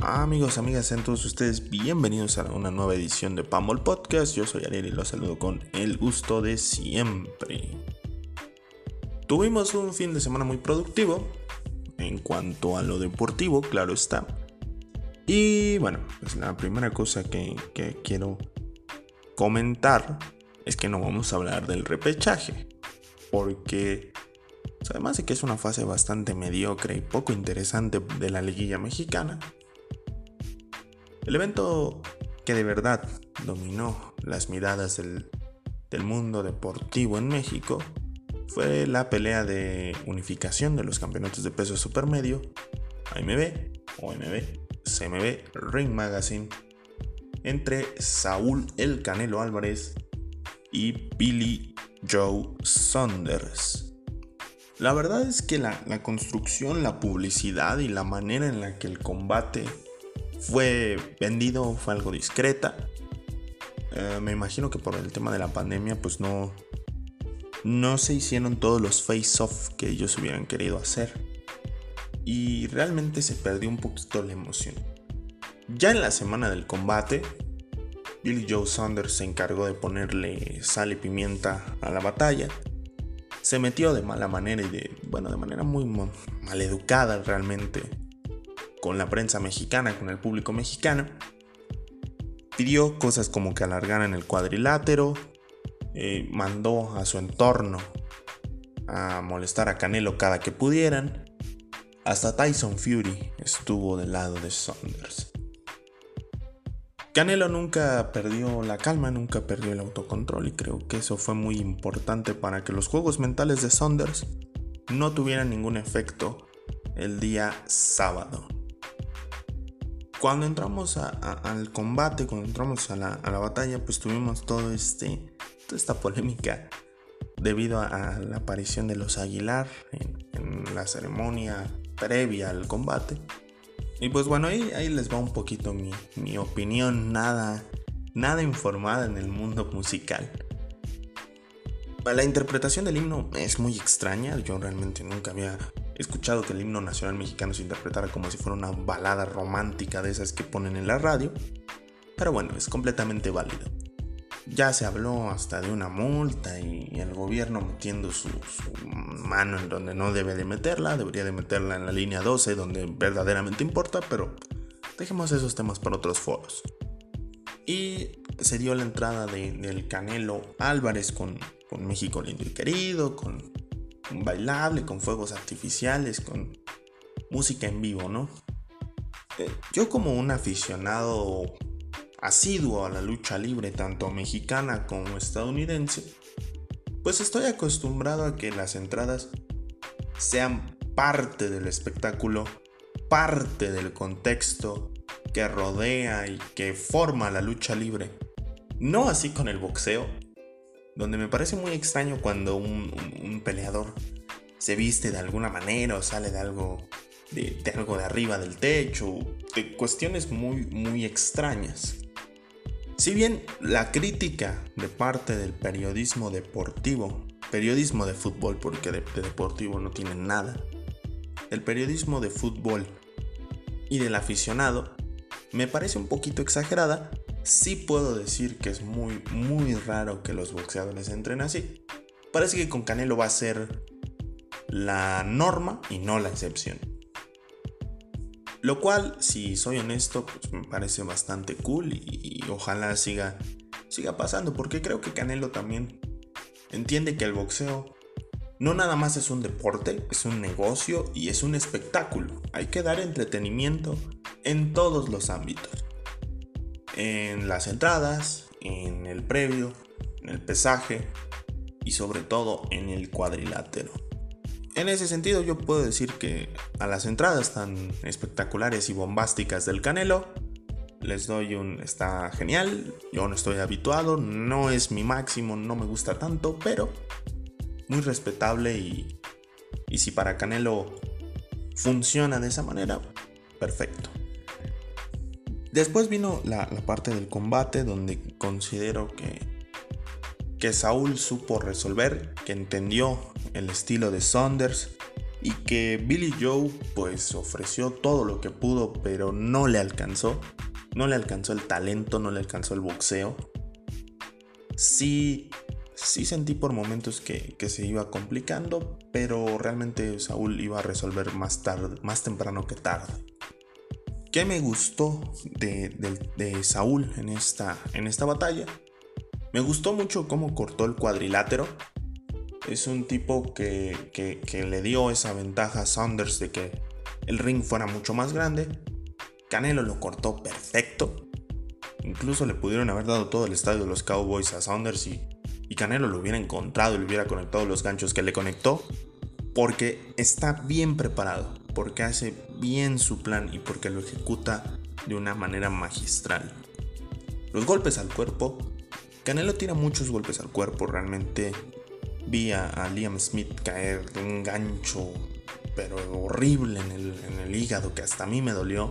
Amigos, amigas, sean todos ustedes bienvenidos a una nueva edición de Pamol Podcast. Yo soy Ariel y los saludo con el gusto de siempre. Tuvimos un fin de semana muy productivo en cuanto a lo deportivo, claro está. Y bueno, pues la primera cosa que quiero comentar es que no vamos a hablar del repechaje, porque además de que es una fase bastante mediocre y poco interesante de la liguilla mexicana, el evento que de verdad dominó las miradas del mundo deportivo en México fue la pelea de unificación de los campeonatos de peso supermedio, AMB, OMB, CMB, Ring Magazine, entre Saúl El Canelo Álvarez y Billy Joe Saunders. La verdad es que la construcción, la publicidad y la manera en la que el combate fue vendido fue algo discreta. Me imagino que por el tema de la pandemia pues no se hicieron todos los face-off que ellos hubieran querido hacer. Y realmente se perdió un poquito la emoción. Ya en la semana del combate, Billy Joe Saunders se encargó de ponerle sal y pimienta a la batalla. Se metió de mala manera y de manera muy maleducada realmente con la prensa mexicana, con el público mexicano. Pidió cosas como que alargaran el cuadrilátero, mandó a su entorno a molestar a Canelo cada que pudieran. Hasta Tyson Fury estuvo del lado de Saunders. Canelo nunca perdió la calma, nunca perdió el autocontrol, y creo que eso fue muy importante para que los juegos mentales de Saunders no tuvieran ningún efecto el día sábado. Cuando entramos al combate, cuando entramos a la batalla, pues tuvimos toda esta polémica debido a la aparición de los Aguilar en la ceremonia previa al combate. Y pues bueno, ahí les va un poquito mi opinión, nada informada en el mundo musical. La interpretación del himno es muy extraña. Yo realmente nunca había escuchado que el himno nacional mexicano se interpretara como si fuera una balada romántica de esas que ponen en la radio. Pero bueno, es completamente válido. Ya se habló hasta de una multa y el gobierno metiendo su mano en donde no debe de meterla. Debería de meterla en la línea 12 donde verdaderamente importa, pero dejemos esos temas para otros foros. Y se dio la entrada del Canelo Álvarez con México lindo y querido, con un bailable, con fuegos artificiales, con música en vivo, ¿no? Yo, como un aficionado asiduo a la lucha libre, tanto mexicana como estadounidense, pues estoy acostumbrado a que las entradas sean parte del espectáculo, parte del contexto que rodea y que forma la lucha libre. No así con el boxeo, donde me parece muy extraño cuando un peleador se viste de alguna manera o sale de algo de arriba del techo, de cuestiones muy, muy extrañas. Si bien la crítica de parte del periodismo deportivo, periodismo de fútbol, porque de deportivo no tiene nada, el periodismo de fútbol y del aficionado me parece un poquito exagerada, sí puedo decir que es muy, muy raro que los boxeadores entren así. Parece que con Canelo va a ser la norma y no la excepción. Lo cual, si soy honesto, pues me parece bastante cool y ojalá siga pasando, porque creo que Canelo también entiende que el boxeo no nada más es un deporte, es un negocio y es un espectáculo. Hay que dar entretenimiento en todos los ámbitos. En las entradas, en el previo, en el pesaje y sobre todo en el cuadrilátero. En ese sentido, yo puedo decir que a las entradas tan espectaculares y bombásticas del Canelo les doy está genial. Yo no estoy habituado, no es mi máximo, no me gusta tanto, pero muy respetable y si para Canelo funciona de esa manera, perfecto. Después vino la parte del combate, donde considero que Saúl supo resolver, que entendió el estilo de Saunders y que Billy Joe pues ofreció todo lo que pudo, pero no le alcanzó. No le alcanzó el talento, no le alcanzó el boxeo. Sí sentí por momentos que se iba complicando, pero realmente Saúl iba a resolver más temprano que tarde. ¿Qué me gustó de Saúl en esta batalla? Me gustó mucho cómo cortó el cuadrilátero. Es un tipo que le dio esa ventaja a Saunders de que el ring fuera mucho más grande. Canelo lo cortó perfecto. Incluso le pudieron haber dado todo el estadio de los Cowboys a Saunders y Canelo lo hubiera encontrado y le hubiera conectado los ganchos que le conectó. Porque está bien preparado, porque hace bien su plan y porque lo ejecuta de una manera magistral. Los golpes al cuerpo. Canelo tira muchos golpes al cuerpo. Realmente vi a Liam Smith caer de un gancho, pero horrible en el hígado, que hasta a mí me dolió.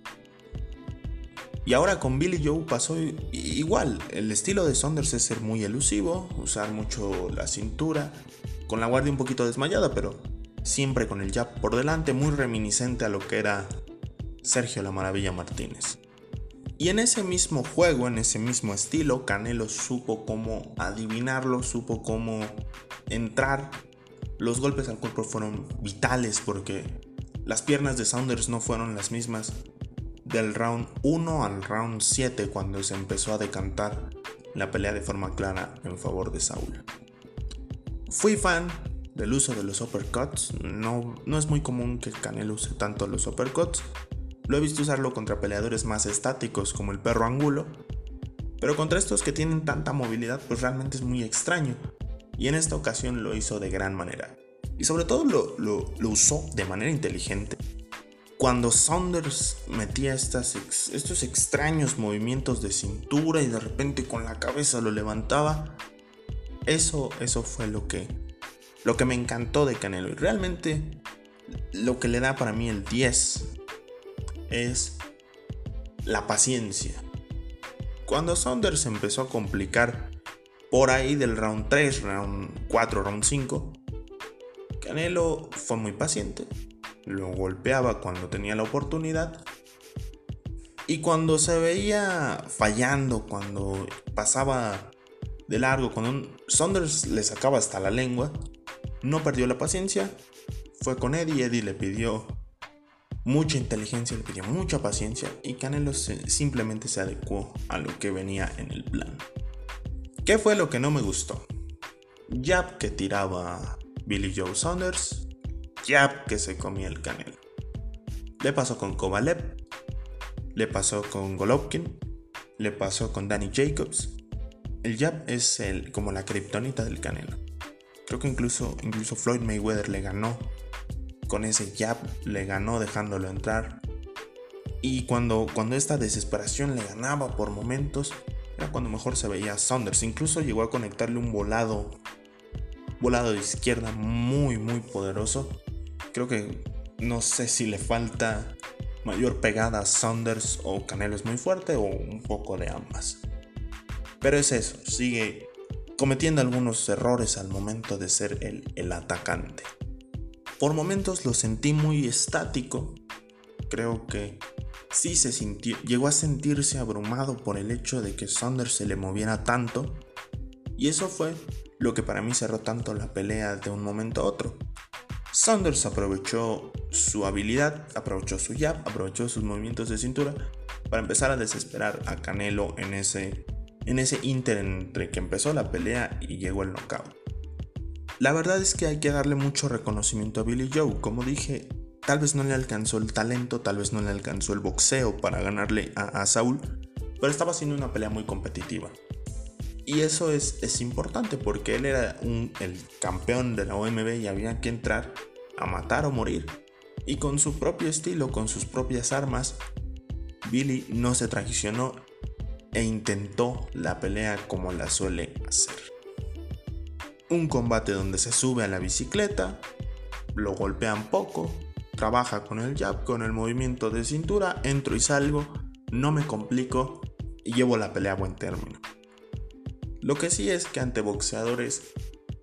Y ahora con Billy Joe pasó igual. El estilo de Saunders es ser muy elusivo, usar mucho la cintura, con la guardia un poquito desmayada, pero siempre con el jab por delante, muy reminiscente a lo que era Sergio La Maravilla Martínez. Y en ese mismo juego, en ese mismo estilo, Canelo supo cómo adivinarlo, supo cómo entrar. Los golpes al cuerpo fueron vitales porque las piernas de Saunders no fueron las mismas del round 1 al round 7, cuando se empezó a decantar la pelea de forma clara en favor de Saúl. Fui fan del uso de los uppercuts. No es muy común que Canelo use tanto los uppercuts. Lo he visto usarlo contra peleadores más estáticos como el Perro Angulo, pero contra estos que tienen tanta movilidad pues realmente es muy extraño, y en esta ocasión lo hizo de gran manera y sobre todo lo usó de manera inteligente. Cuando Saunders metía estos extraños movimientos de cintura y de repente con la cabeza lo levantaba, eso fue lo que me encantó de Canelo, y realmente lo que le da para mí el 10 es la paciencia. Cuando Saunders empezó a complicar por ahí del round 3, round 4, round 5, Canelo fue muy paciente, lo golpeaba cuando tenía la oportunidad, y cuando se veía fallando, cuando pasaba de largo, cuando Saunders le sacaba hasta la lengua, no perdió la paciencia, fue con Eddie le pidió mucha inteligencia, le pidió mucha paciencia, y Canelo simplemente se adecuó a lo que venía en el plan. ¿Qué fue lo que no me gustó? Jab que tiraba Billy Joe Saunders, jab que se comía el Canelo. Le pasó con Kovalev, le pasó con Golovkin, le pasó con Danny Jacobs. El jab es como la kriptonita del Canelo. Creo que incluso Floyd Mayweather le ganó con ese jab, le ganó dejándolo entrar. Y cuando esta desesperación le ganaba por momentos, era cuando mejor se veía a Saunders. Incluso llegó a conectarle un volado de izquierda muy muy poderoso. Creo que no sé si le falta mayor pegada a Saunders o Canelo es muy fuerte, o un poco de ambas. Pero es eso, sigue cometiendo algunos errores al momento de ser el atacante. Por momentos lo sentí muy estático. Creo que sí llegó a sentirse abrumado por el hecho de que Saunders se le moviera tanto, y eso fue lo que para mí cerró tanto la pelea de un momento a otro. Saunders aprovechó su habilidad, aprovechó su jab, aprovechó sus movimientos de cintura para empezar a desesperar a Canelo en ese inter entre que empezó la pelea y llegó el knockout. La verdad es que hay que darle mucho reconocimiento a Billy Joe. Como dije, tal vez no le alcanzó el talento, tal vez no le alcanzó el boxeo para ganarle a Saúl, pero estaba haciendo una pelea muy competitiva. Y eso es importante porque él era el campeón de la OMB y había que entrar a matar o morir. Y con su propio estilo, con sus propias armas, Billy no se traicionó e intentó la pelea como la suele hacer. Un combate donde se sube a la bicicleta, lo golpean poco, trabaja con el jab, con el movimiento de cintura, entro y salgo, no me complico y llevo la pelea a buen término. Lo que sí es que ante boxeadores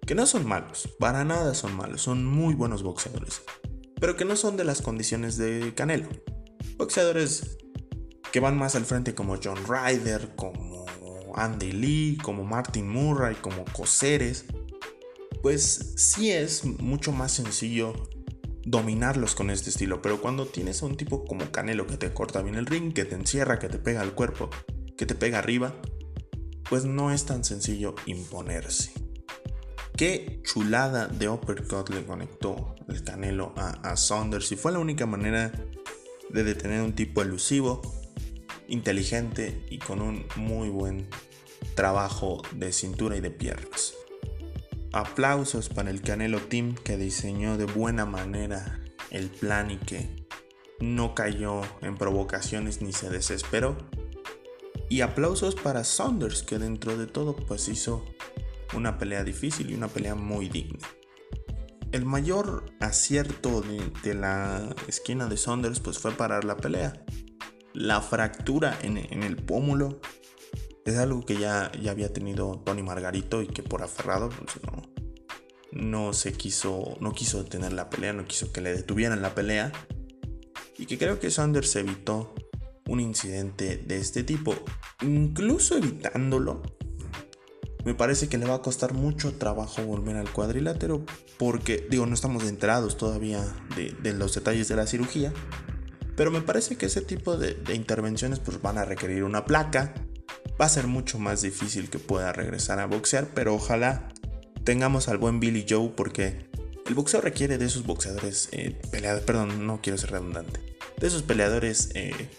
que no son malos, para nada son malos, son muy buenos boxeadores, pero que no son de las condiciones de Canelo. Boxeadores que van más al frente como John Ryder, como Andy Lee, como Martin Murray, como Coceres, pues sí es mucho más sencillo dominarlos con este estilo. Pero cuando tienes a un tipo como Canelo que te corta bien el ring, que te encierra, que te pega al cuerpo, que te pega arriba, pues no es tan sencillo imponerse. Qué chulada de uppercut le conectó el Canelo a Saunders, y fue la única manera de detener a un tipo elusivo, inteligente y con un muy buen trabajo de cintura y de piernas. Aplausos para el Canelo Team, que diseñó de buena manera el plan y que no cayó en provocaciones ni se desesperó. Y aplausos para Saunders, que dentro de todo pues hizo una pelea difícil y una pelea muy digna. El mayor acierto de la esquina de Saunders pues fue parar la pelea. La fractura en el pómulo es algo que ya había tenido Tony Margarito, y que por aferrado pues no quiso detener la pelea, no quiso que le detuvieran la pelea, y que creo que Saunders evitó un incidente de este tipo. Incluso evitándolo, me parece que le va a costar mucho trabajo volver al cuadrilátero, porque no estamos enterados todavía de los detalles de la cirugía, pero me parece que ese tipo de intervenciones pues van a requerir una placa. Va a ser mucho más difícil que pueda regresar a boxear, pero ojalá tengamos al buen Billy Joe, porque el boxeo requiere de esos boxeadores no quiero ser redundante, de esos peleadores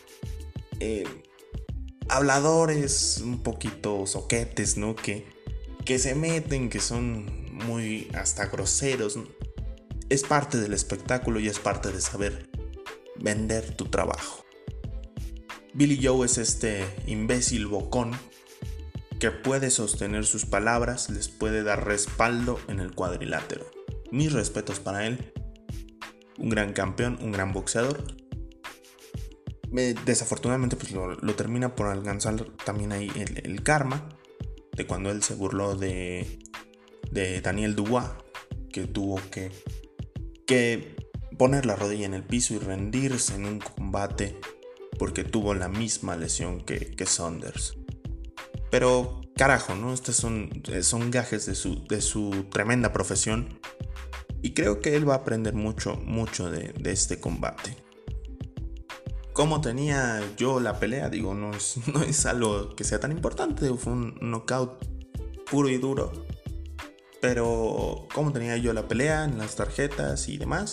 habladores, un poquito soquetes, ¿no? Que se meten, que son muy hasta groseros. Es parte del espectáculo y es parte de saber vender tu trabajo. Billy Joe es este imbécil bocón que puede sostener sus palabras, les puede dar respaldo en el cuadrilátero. Mis respetos para él. Un gran campeón, un gran boxeador. Desafortunadamente pues lo termina por alcanzar también ahí el karma de cuando él se burló de Daniel Dubois, que tuvo que poner la rodilla en el piso y rendirse en un combate porque tuvo la misma lesión que Saunders. Pero carajo, ¿no? Estos son gajes de su tremenda profesión, y creo que él va a aprender mucho de este combate. ¿Cómo tenía yo la pelea? No es algo que sea tan importante, fue un knockout puro y duro. Pero ¿cómo tenía yo la pelea en las tarjetas y demás?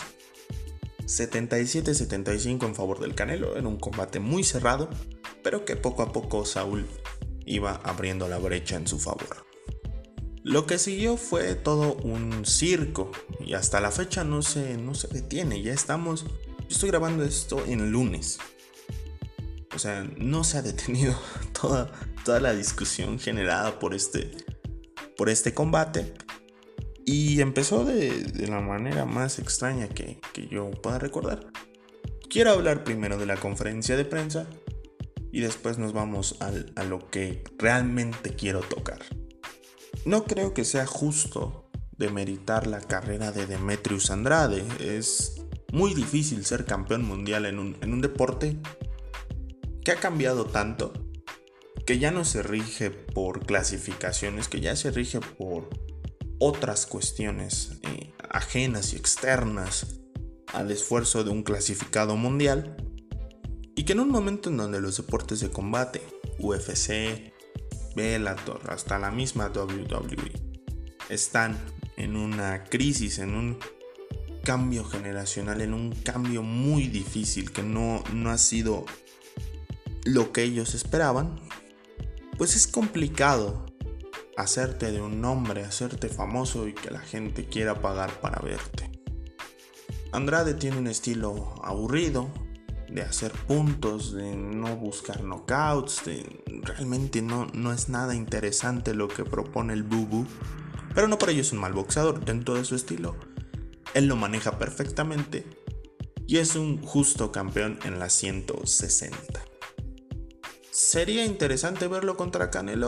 77-75 en favor del Canelo. Era un combate muy cerrado, pero que poco a poco Saúl iba abriendo la brecha en su favor. Lo que siguió fue todo un circo, y hasta la fecha no se detiene. Yo estoy grabando esto en lunes. O sea, no se ha detenido toda la discusión generada por este combate. Y empezó de la manera más extraña que yo pueda recordar. Quiero hablar primero de la conferencia de prensa y después nos vamos a lo que realmente quiero tocar. No creo que sea justo demeritar la carrera de Demetrius Andrade. Es muy difícil ser campeón mundial en un deporte que ha cambiado tanto, que ya no se rige por clasificaciones, que ya se rige por otras cuestiones ajenas y externas al esfuerzo de un clasificado mundial, y que en un momento en donde los deportes de combate, UFC, Bellator, hasta la misma WWE, están en una crisis, en un cambio generacional, en un cambio muy difícil que no ha sido lo que ellos esperaban, pues es complicado hacerte de un nombre, hacerte famoso y que la gente quiera pagar para verte. Andrade tiene un estilo aburrido de hacer puntos, de no buscar knockouts, realmente no es nada interesante lo que propone el Bubu, pero no por ello es un mal boxeador. Dentro de su estilo, él lo maneja perfectamente y es un justo campeón en las 160. ¿Sería interesante verlo contra Canelo?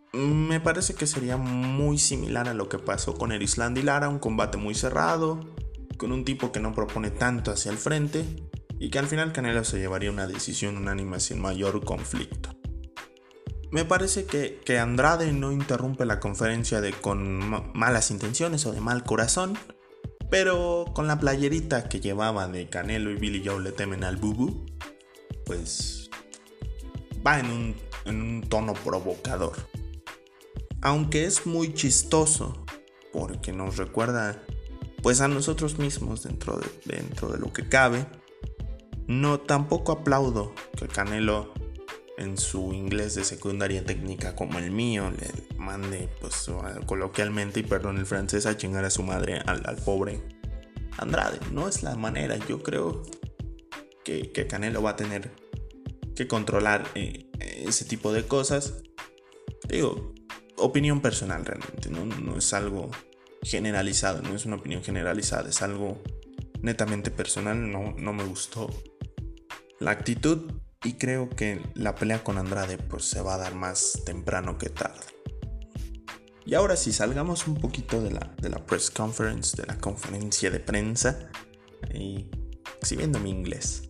Me parece que sería muy similar a lo que pasó con Erislandy Lara, un combate muy cerrado, con un tipo que no propone tanto hacia el frente y que al final Canelo se llevaría una decisión unánime sin mayor conflicto. Me parece que Andrade no interrumpe la conferencia con malas intenciones o de mal corazón, pero con la playerita que llevaba de Canelo y Billy Joe le temen al bubu, pues va en un tono provocador. Aunque es muy chistoso, porque nos recuerda pues a nosotros mismos dentro de lo que cabe. No, tampoco aplaudo que Canelo en su inglés de secundaria técnica como el mío le mande pues coloquialmente, y perdón el francés, a chingar a su madre al pobre Andrade. No es la manera. Yo creo que Canelo va a tener que controlar ese tipo de cosas. Digo, opinión personal realmente, no es algo generalizado, no es una opinión generalizada, es algo netamente personal. No me gustó la actitud y creo que la pelea con Andrade pues se va a dar más temprano que tarde. Y ahora sí, salgamos un poquito de la press conference, de la conferencia de prensa, y exhibiendo mi inglés.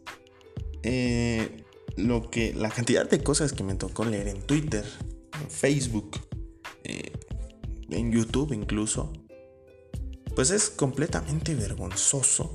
La cantidad de cosas que me tocó leer en Twitter, en Facebook, en YouTube incluso, pues es completamente vergonzoso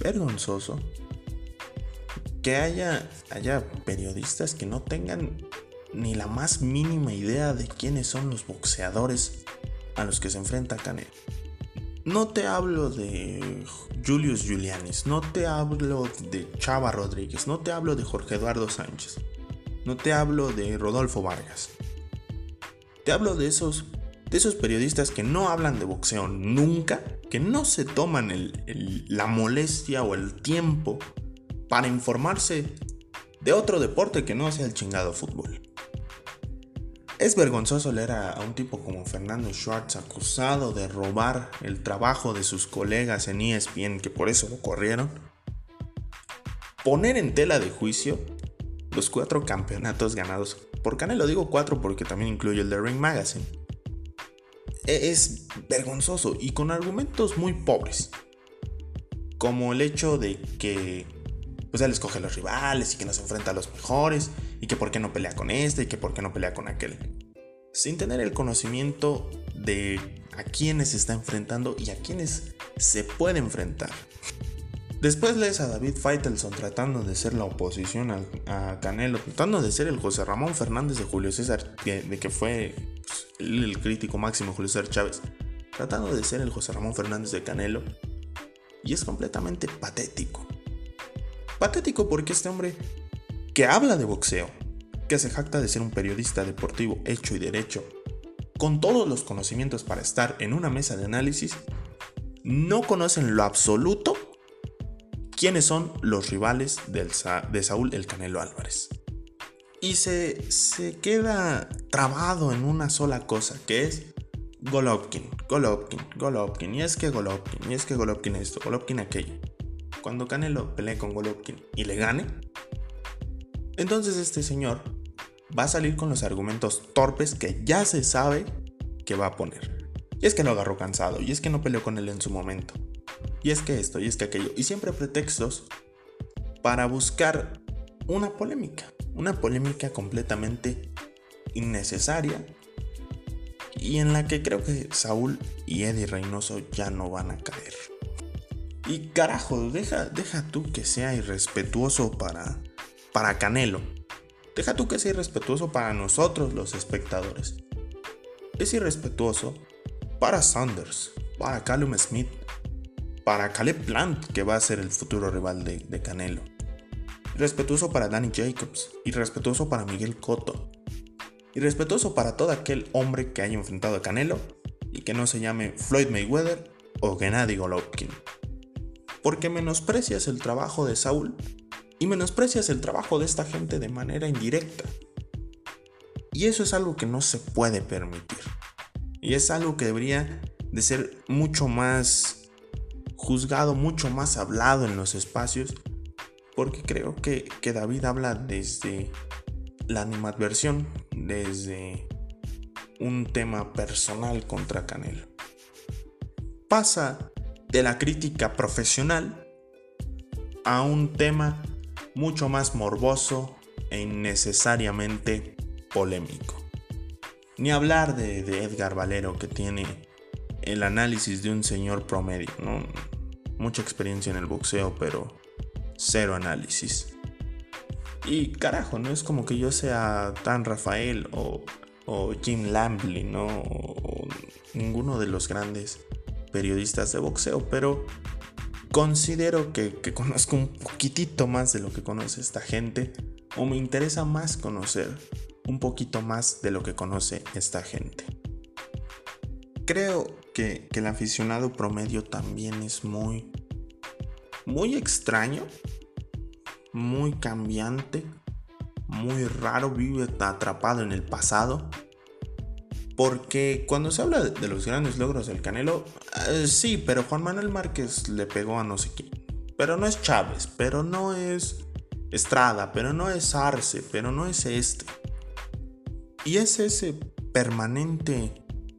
que haya periodistas que no tengan ni la más mínima idea de quiénes son los boxeadores a los que se enfrenta Canelo. No te hablo de Julius Giulianis, no te hablo de Chava Rodríguez, no te hablo de Jorge Eduardo Sánchez, no te hablo de Rodolfo Vargas. Te hablo de esos periodistas que no hablan de boxeo nunca, que no se toman la molestia o el tiempo para informarse de otro deporte que no sea el chingado fútbol. Es vergonzoso leer a un tipo como Fernando Schwartz acusado de robar el trabajo de sus colegas en ESPN, que por eso lo corrieron. Poner en tela de juicio los 4 campeonatos ganados por Canelo. Digo 4 porque también incluye el de Ring Magazine. Es vergonzoso y con argumentos muy pobres, como el hecho de que pues él escoge a los rivales y que no se enfrenta a los mejores, y que por qué no pelea con este y que por qué no pelea con aquel, sin tener el conocimiento de a quiénes se está enfrentando y a quiénes se puede enfrentar. Después lees a David Faitelson tratando de ser la oposición a Canelo, tratando de ser el José Ramón Fernández de Julio César, de que fue pues, el crítico máximo Julio César Chávez, tratando de ser el José Ramón Fernández de Canelo, y es completamente patético. Patético porque este hombre que habla de boxeo, que se jacta de ser un periodista deportivo hecho y derecho, con todos los conocimientos para estar en una mesa de análisis, no conoce en lo absoluto quiénes son los rivales de Saúl el Canelo Álvarez. Y se queda trabado en una sola cosa, que es Golovkin, y es que Golovkin esto, Golovkin aquello. Cuando Canelo pelee con Golovkin y le gane, entonces este señor va a salir con los argumentos torpes que ya se sabe que va a poner. Y es que lo agarró cansado, y es que no peleó con él en su momento, y es que esto, y es que aquello, y siempre pretextos para buscar una polémica completamente innecesaria, y en la que creo que Saúl y Eddie Reynoso ya no van a caer. Y carajo, deja tú que sea irrespetuoso para Canelo. Deja tú que sea irrespetuoso para nosotros los espectadores. Es irrespetuoso para Saunders, para Callum Smith, para Caleb Plant, que va a ser el futuro rival de Canelo. Irrespetuoso para Danny Jacobs, irrespetuoso para Miguel Cotto, irrespetuoso para todo aquel hombre que haya enfrentado a Canelo y que no se llame Floyd Mayweather o Gennady Golovkin. Porque menosprecias el trabajo de Saúl y menosprecias el trabajo de esta gente de manera indirecta. Y eso es algo que no se puede permitir. Y es algo que debería de ser mucho más juzgado, mucho más hablado en los espacios, porque creo que David habla desde la animadversión, desde un tema personal contra Canelo. Pasa de la crítica profesional a un tema mucho más morboso e innecesariamente polémico. Ni hablar de Edgar Valero, que tiene el análisis de un señor promedio, ¿no? Mucha experiencia en el boxeo, pero cero análisis. Y carajo, no es como que yo sea tan Rafael o Jim Lampley, ¿no? O ninguno de los grandes periodistas de boxeo, pero considero que conozco un poquitito más de lo que conoce esta gente, o me interesa más conocer un poquito más de lo que conoce esta gente. Creo que el aficionado promedio también es muy extraño, muy cambiante, muy raro, vive atrapado en el pasado. Porque cuando se habla de los grandes logros del Canelo, sí, pero Juan Manuel Márquez le pegó a no sé quién. Pero no es Chávez, pero no es Estrada, pero no es Arce, pero no es este. Y es ese permanente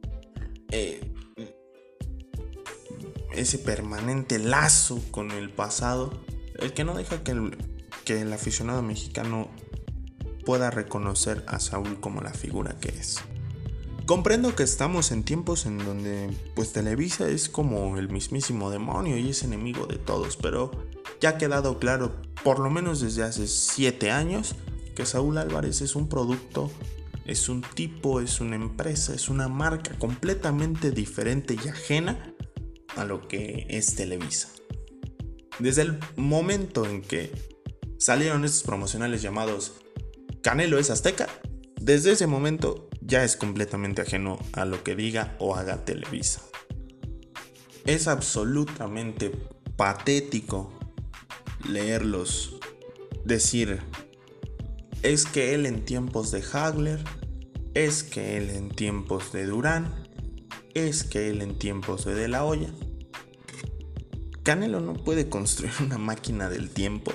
lazo con el pasado el que no deja que el aficionado mexicano pueda reconocer a Saúl como la figura que es. Comprendo que estamos en tiempos en donde pues Televisa es como el mismísimo demonio y es enemigo de todos, pero ya ha quedado claro, por lo menos desde hace 7 años, que Saúl Álvarez es un producto, es un tipo, es una empresa, es una marca completamente diferente y ajena a lo que es Televisa. Desde el momento en que salieron estos promocionales llamados Canelo es Azteca, desde ese momento ya es completamente ajeno a lo que diga o haga Televisa. Es absolutamente patético leerlos decir: es que él en tiempos de Hagler, es que él en tiempos de Durán, es que él en tiempos de la Hoya. Canelo no puede construir una máquina del tiempo,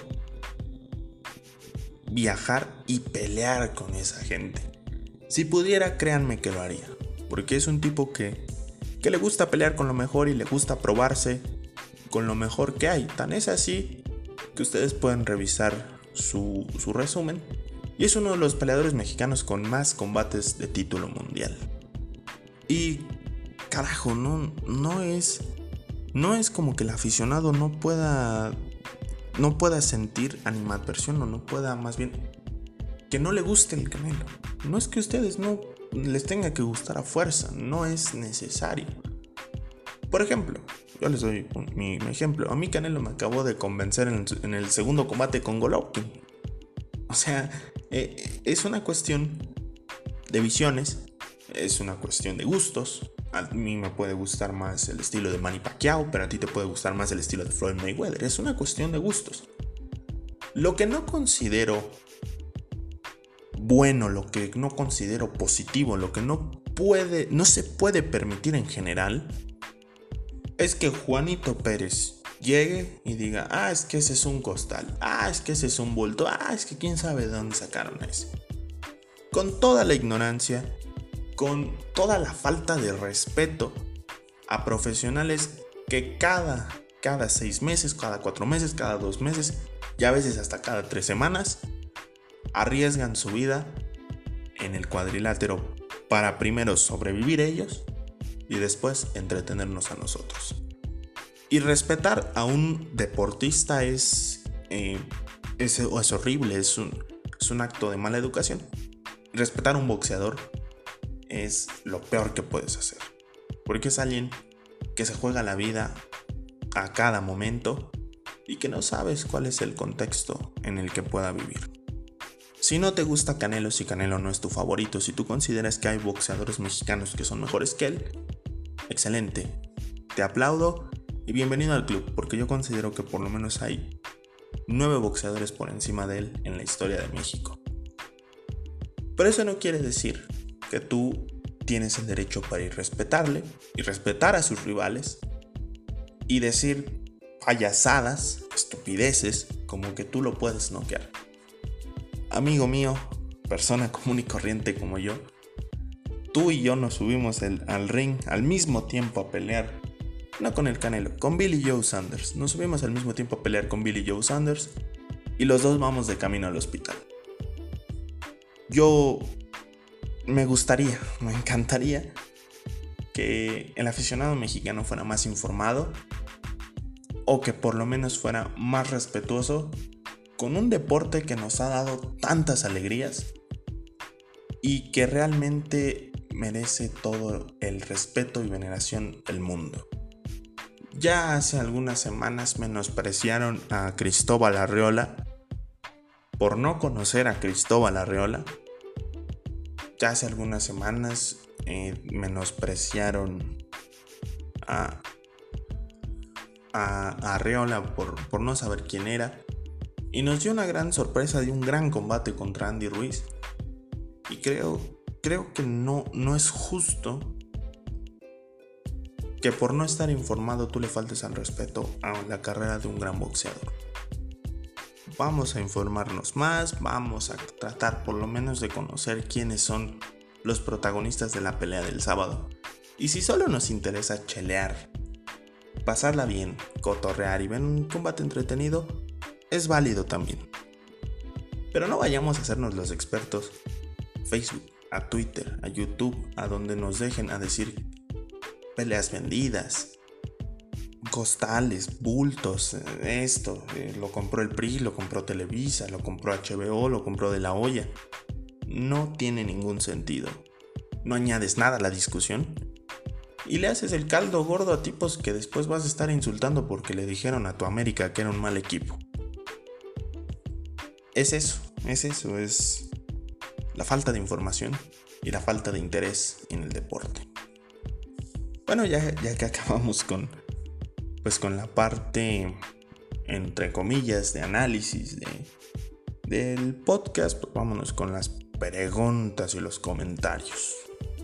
viajar y pelear con esa gente. Si pudiera, créanme que lo haría, porque es un tipo que le gusta pelear con lo mejor y le gusta probarse con lo mejor que hay. Tan es así que ustedes pueden revisar su resumen, y es uno de los peleadores mexicanos con más combates de título mundial. Y carajo, no es como que el aficionado no pueda sentir animadversión, o no pueda, más bien, que no le guste el Canelo. No es que a ustedes no les tenga que gustar a fuerza, no es necesario. Por ejemplo, yo les doy mi ejemplo. A mí Canelo me acabó de convencer en el segundo combate con Golovkin. O sea, es una cuestión de visiones, es una cuestión de gustos. A mí me puede gustar más el estilo de Manny Pacquiao, pero a ti te puede gustar más el estilo de Floyd Mayweather. Es una cuestión de gustos. Lo que no considero bueno, lo que no considero positivo, lo que no se puede permitir en general, es que Juanito Pérez llegue y diga: es que ese es un costal, es que ese es un bulto, es que quién sabe de dónde sacaron ese. Con toda la ignorancia, con toda la falta de respeto a profesionales que cada 6 meses, cada 4 meses, cada 2 meses, y a veces hasta cada 3 semanas, arriesgan su vida en el cuadrilátero para primero sobrevivir ellos y después entretenernos a nosotros. Y respetar a un deportista es horrible, es un acto de mala educación. Respetar a un boxeador es lo peor que puedes hacer, porque es alguien que se juega la vida a cada momento y que no sabes cuál es el contexto en el que pueda vivir. Si no te gusta Canelo, si Canelo no es tu favorito, si tú consideras que hay boxeadores mexicanos que son mejores que él, excelente, te aplaudo y bienvenido al club, porque yo considero que por lo menos hay 9 boxeadores por encima de él en la historia de México. Pero eso no quiere decir que tú tienes el derecho para irrespetarle y respetar a sus rivales y decir payasadas, estupideces, como que tú lo puedes noquear. Amigo mío, persona común y corriente como yo, tú y yo nos subimos al ring al mismo tiempo a pelear. No con el Canelo, con Billy Joe Saunders. Nos subimos al mismo tiempo a pelear con Billy Joe Saunders y los dos vamos de camino al hospital. Yo me encantaría que el aficionado mexicano fuera más informado o que por lo menos fuera más respetuoso con un deporte que nos ha dado tantas alegrías y que realmente merece todo el respeto y veneración del mundo. Ya hace algunas semanas menospreciaron a Cristóbal Arreola por no conocer a Cristóbal Arreola. Ya hace algunas semanas menospreciaron a Arreola por no saber quién era. Y nos dio una gran sorpresa de un gran combate contra Andy Ruiz. Y creo que no es justo que por no estar informado tú le faltes al respeto a la carrera de un gran boxeador. Vamos a informarnos más, vamos a tratar por lo menos de conocer quiénes son los protagonistas de la pelea del sábado. Y si solo nos interesa chelear, pasarla bien, cotorrear y ver un combate entretenido, es válido también. Pero no vayamos a hacernos los expertos a Facebook, a Twitter, a YouTube, a donde nos dejen a decir peleas vendidas, costales, bultos, lo compró el PRI, lo compró Televisa, lo compró HBO, lo compró De La Hoya. No tiene ningún sentido. No añades nada a la discusión y le haces el caldo gordo a tipos que después vas a estar insultando porque le dijeron a tu América que era un mal equipo. Es la falta de información y la falta de interés en el deporte. Bueno, ya que acabamos con la parte, entre comillas, de análisis del podcast, pues vámonos con las preguntas y los comentarios.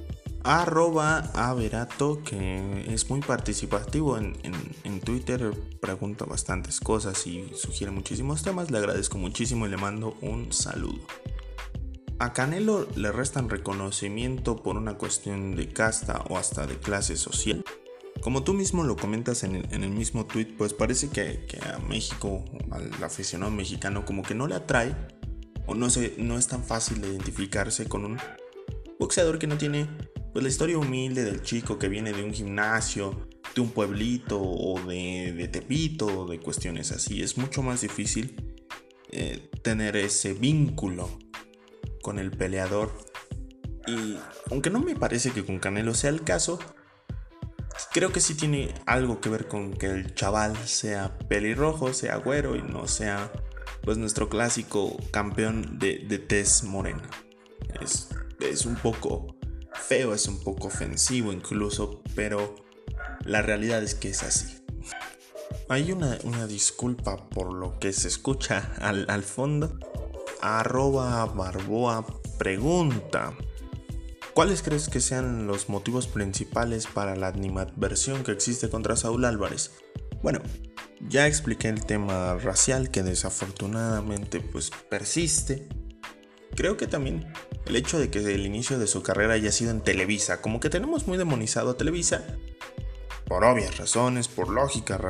@averato, que es muy participativo en Twitter, pregunta bastantes cosas y sugiere muchísimos temas. Le agradezco muchísimo y le mando un saludo. A Canelo le restan reconocimiento por una cuestión de casta o hasta de clase social. Como tú mismo lo comentas en el mismo tweet, pues parece que a México, al aficionado mexicano, como que no le atrae o no es tan fácil de identificarse con un boxeador que no tiene pues la historia humilde del chico que viene de un gimnasio, de un pueblito o de Tepito o de cuestiones así. Es mucho más difícil tener ese vínculo con el peleador. Y aunque no me parece que con Canelo sea el caso, creo que sí tiene algo que ver con que el chaval sea pelirrojo, sea güero y no sea pues nuestro clásico campeón de tez morena. Es un poco feo, es un poco ofensivo incluso, pero la realidad es que es así. Hay una disculpa por lo que se escucha al fondo. @barboa pregunta: ¿cuáles crees que sean los motivos principales para la animadversión que existe contra Saúl Álvarez? Bueno, ya expliqué el tema racial que desafortunadamente pues persiste. Creo que también el hecho de que el inicio de su carrera haya sido en Televisa, como que tenemos muy demonizado a Televisa por obvias razones, por lógica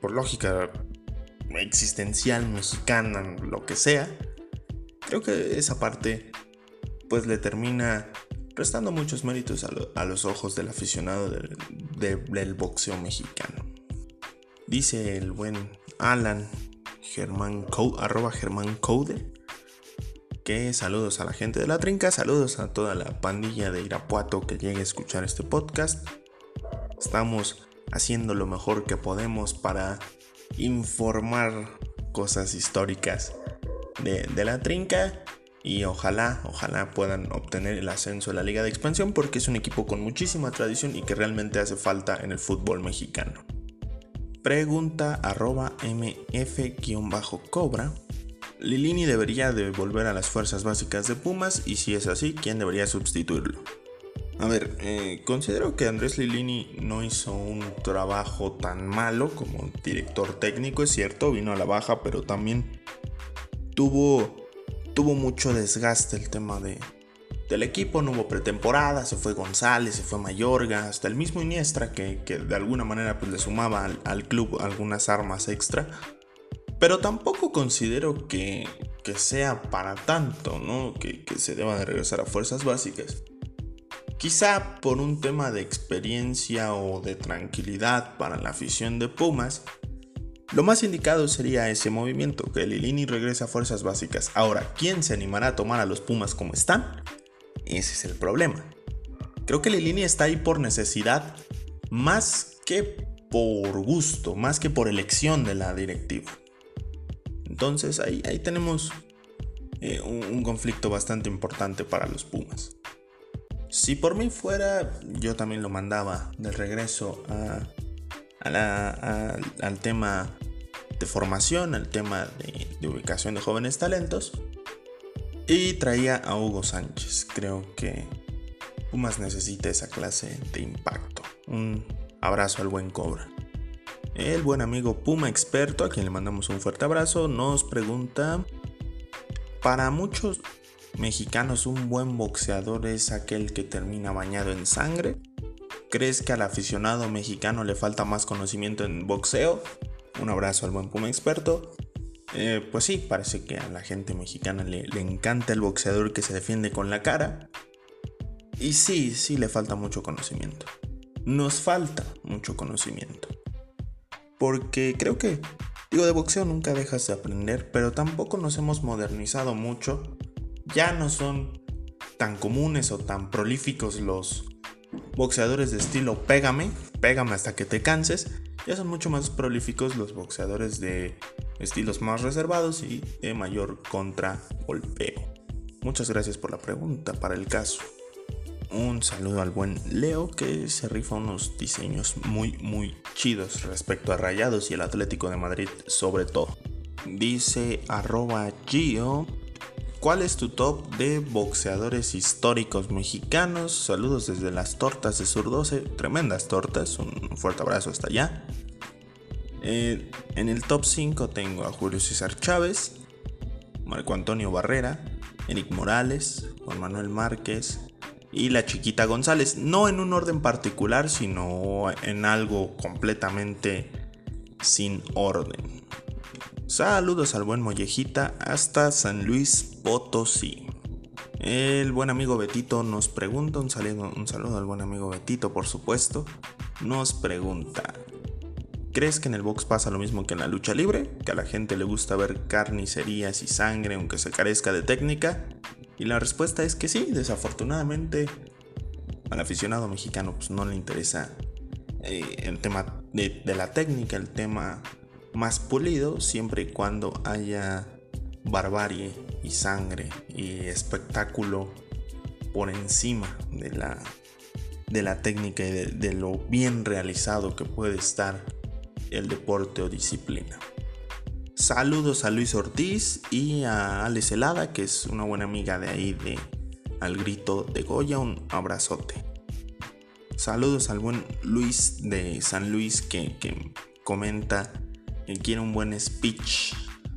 existencial mexicana, lo que sea. Creo que esa parte pues le termina restando muchos méritos a los ojos del aficionado del boxeo mexicano. Dice el buen Alan @GermánCode que saludos a la gente de La Trinca, saludos a toda la pandilla de Irapuato que llegue a escuchar este podcast. Estamos haciendo lo mejor que podemos para informar cosas históricas de La Trinca y ojalá puedan obtener el ascenso a la Liga de Expansión, porque es un equipo con muchísima tradición y que realmente hace falta en el fútbol mexicano. Pregunta @mf_cobra: ¿Lilini debería de volver a las fuerzas básicas de Pumas? Y si es así, ¿quién debería sustituirlo? A ver, considero que Andrés Lilini no hizo un trabajo tan malo como director técnico, es cierto, vino a la baja, pero también tuvo mucho desgaste el tema del equipo, no hubo pretemporada, se fue González, se fue Mayorga, hasta el mismo Iniestra que de alguna manera pues le sumaba al club algunas armas extra. Pero tampoco considero que sea para tanto, ¿no? Que se deba de regresar a fuerzas básicas. Quizá por un tema de experiencia o de tranquilidad para la afición de Pumas, lo más indicado sería ese movimiento, que Lilini regrese a fuerzas básicas. Ahora, ¿quién se animará a tomar a los Pumas como están? Ese es el problema. Creo que Lilini está ahí por necesidad, más que por gusto, más que por elección de la directiva. Entonces ahí tenemos un conflicto bastante importante para los Pumas. Si por mí fuera, yo también lo mandaba de regreso al tema de formación, al tema de ubicación de jóvenes talentos, y traía a Hugo Sánchez. Creo que Pumas necesita esa clase de impacto. Un abrazo al buen Cobra. El buen amigo Puma Experto, a quien le mandamos un fuerte abrazo, nos pregunta: para muchos mexicanos un buen boxeador es aquel que termina bañado en sangre. ¿Crees que al aficionado mexicano le falta más conocimiento en boxeo? Un abrazo al buen Puma Experto. Pues sí, parece que a la gente mexicana le encanta el boxeador que se defiende con la cara. Y sí le falta mucho conocimiento. Nos falta mucho conocimiento. Porque creo que, de boxeo nunca dejas de aprender, pero tampoco nos hemos modernizado mucho. Ya no son tan comunes o tan prolíficos los boxeadores de estilo pégame hasta que te canses. Ya son mucho más prolíficos los boxeadores de estilos más reservados y de mayor contragolpeo. Muchas gracias por la pregunta. Para el caso, un saludo al buen Leo, que se rifa unos diseños muy chidos respecto a Rayados y el Atlético de Madrid sobre todo. Dice @Gio: ¿cuál es tu top de boxeadores históricos mexicanos? Saludos desde las tortas de Sur 12, tremendas tortas, un fuerte abrazo hasta allá. En el top 5 tengo a Julio César Chávez, Marco Antonio Barrera, Eric Morales, Juan Manuel Márquez y la Chiquita González. No en un orden particular, sino en algo completamente sin orden. Saludos al buen Mollejita hasta San Luis Potosí. El buen amigo Betito nos pregunta, un saludo al buen amigo Betito, por supuesto. Nos pregunta: ¿crees que en el box pasa lo mismo que en la lucha libre? ¿Que a la gente le gusta ver carnicerías y sangre aunque se carezca de técnica? Y la respuesta es que sí. Desafortunadamente al aficionado mexicano pues no le interesa el tema de la técnica, el tema más pulido, siempre y cuando haya barbarie y sangre y espectáculo por encima de la técnica y de lo bien realizado que puede estar el deporte o disciplina. Saludos a Luis Ortiz y a Alex Helada, que es una buena amiga de ahí de Al Grito de Goya. Un abrazote. Saludos al buen Luis de San Luis, que comenta que quiere un buen speech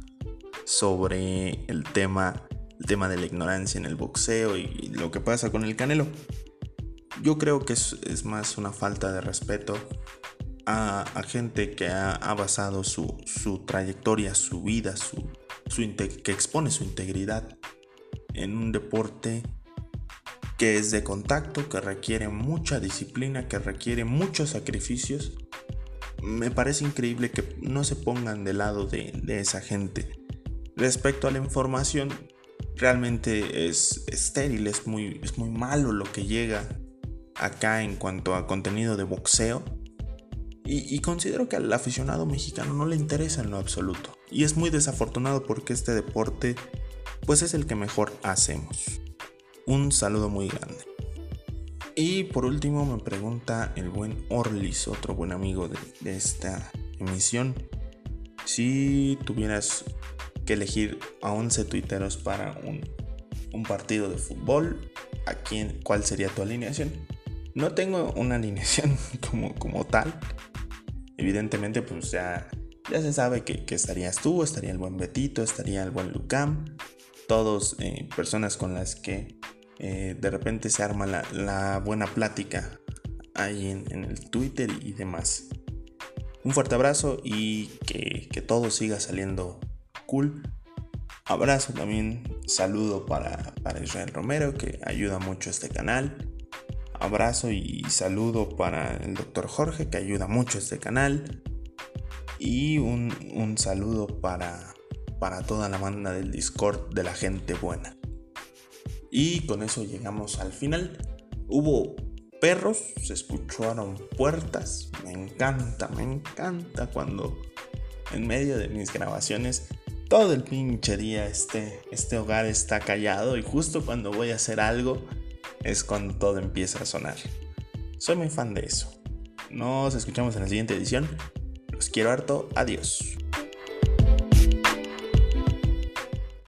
sobre el tema de la ignorancia en el boxeo y lo que pasa con el Canelo. Yo creo que es más una falta de respeto a gente que ha basado su trayectoria, su vida, que expone su integridad en un deporte que es de contacto, que requiere mucha disciplina, que requiere muchos sacrificios. Me parece increíble que no se pongan del lado de esa gente. Respecto a la información, realmente es estéril, es muy malo lo que llega acá en cuanto a contenido de boxeo. Y considero que al aficionado mexicano no le interesa en lo absoluto. Y es muy desafortunado porque este deporte pues es el que mejor hacemos. Un saludo muy grande. Y por último me pregunta el buen Orlis, otro buen amigo de esta emisión: si tuvieras que elegir a 11 tuiteros para un partido de fútbol, ¿cuál sería tu alineación? No tengo una alineación como tal. Evidentemente pues ya se sabe que estarías tú, estaría el buen Betito, estaría el buen Lucam. Todos personas con las que De repente se arma la buena plática ahí en el Twitter y demás. Un fuerte abrazo y que todo siga saliendo cool. Abrazo también, saludo para Israel Romero, que ayuda mucho a este canal. Abrazo y saludo para el Dr. Jorge, que ayuda mucho a este canal. Y un saludo para toda la banda del Discord de la gente buena. Y con eso llegamos al final. Hubo perros, se escucharon puertas. Me encanta cuando en medio de mis grabaciones todo el pinche día este hogar está callado, y justo cuando voy a hacer algo es cuando todo empieza a sonar. Soy muy fan de eso. Nos escuchamos en la siguiente edición. Los quiero harto. Adiós.